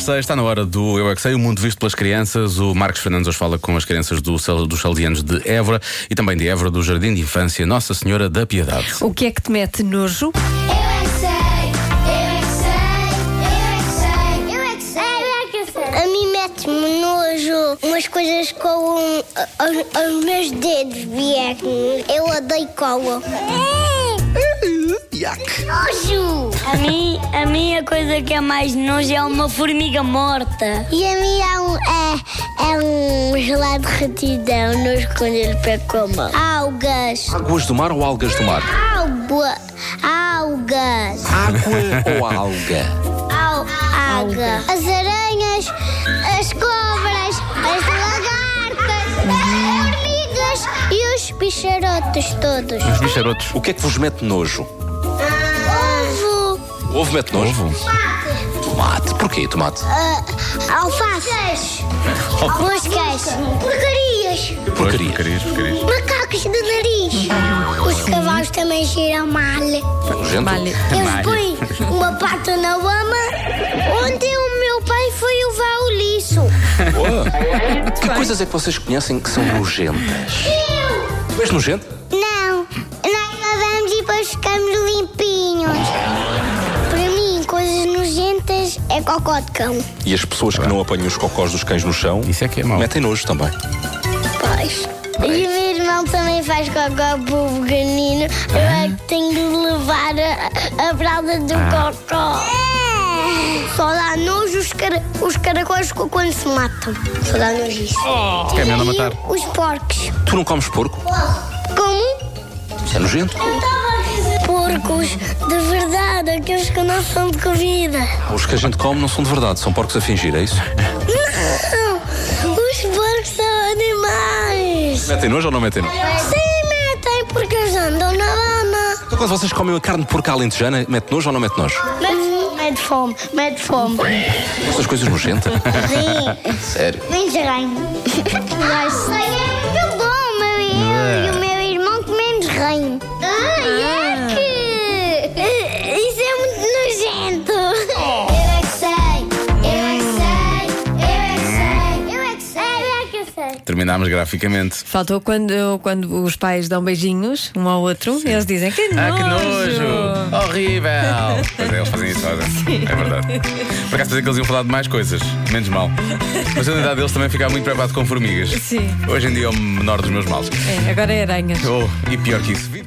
8h26, está na hora do Eu é que Sei, o mundo visto pelas crianças. O Marcos Fernandes hoje fala com as crianças dos Salesianos de Évora e também de Évora, do Jardim de Infância Nossa Senhora da Piedade. O que é que te mete nojo? Eu é que sei, eu é que sei, eu é que sei, eu é que sei. A mim mete-me nojo umas coisas com os meus dedos viecos. Eu odeio cola. Nojo! A minha coisa que é mais nojo é uma formiga morta. E a mim é um gelado de ratidão, nojo quando ele pega com a mão. Algas. Águas do mar ou algas do mar? Algas. Água ou alga? Alga. As aranhas, as cobras, as lagartas, as formigas e os bicharotos todos. Os bicharotos. O que é que vos mete nojo? Ovo. O ovo mete nojo? Tomate. Porquê tomate? Alfaces. Moscas. Porcarias. Porcaria. Macacos do nariz. Os cavalos também cheiram mal. Nojento? Eles põem uma pata na lama. Ontem o meu pai foi levar o liço. Boa. Que coisas é que vocês conhecem que são nojentas? Tu és nojento? Não, nós lavamos e depois ficamos limpinhos. Para mim, coisas nojentas é cocó de cão. E as pessoas que não apanham os cocós dos cães no chão Isso é que é mau. metem nojo também. Pois. E o meu irmão também faz cocó para o pequenino. Eu é que tenho de levar a fralda do cocó. Só dá nojo os caracóis quando se matam. Só dá nojo isso. É melhor não matar. Os porcos. Tu não comes porco? Como? Isso é nojento. Porcos de verdade, aqueles que não são de comida. Os que a gente come não são de verdade, são porcos a fingir, é isso? Não! Os porcos são animais! Metem nojo ou não metem nojo? Sim, metem porque eles andam na lama. Então quando vocês comem a carne de porco alentejana, mete nojo ou não mete nojo? Mete fome, mete fome. Estas coisas nojentas? Sim. Sério? Menos ranho. Eu dou, eu e o meu irmão comemos ranho. Ai, é que... Isso é muito nojento. Eu é que sei, eu é que sei, eu é que sei, eu é que sei, eu é que sei. Terminámos graficamente. Faltou quando os pais dão beijinhos um ao outro e eles dizem que nojo. Que nojo! Horrível! Pois é, eles fazem isso, fazem. É verdade. Por acaso pensei que eles iam falar de mais coisas, menos mal. Mas a idade deles também ficava muito preocupado com formigas. Sim. Hoje em dia é o menor dos meus males. É, agora é aranhas. Oh, e pior que isso.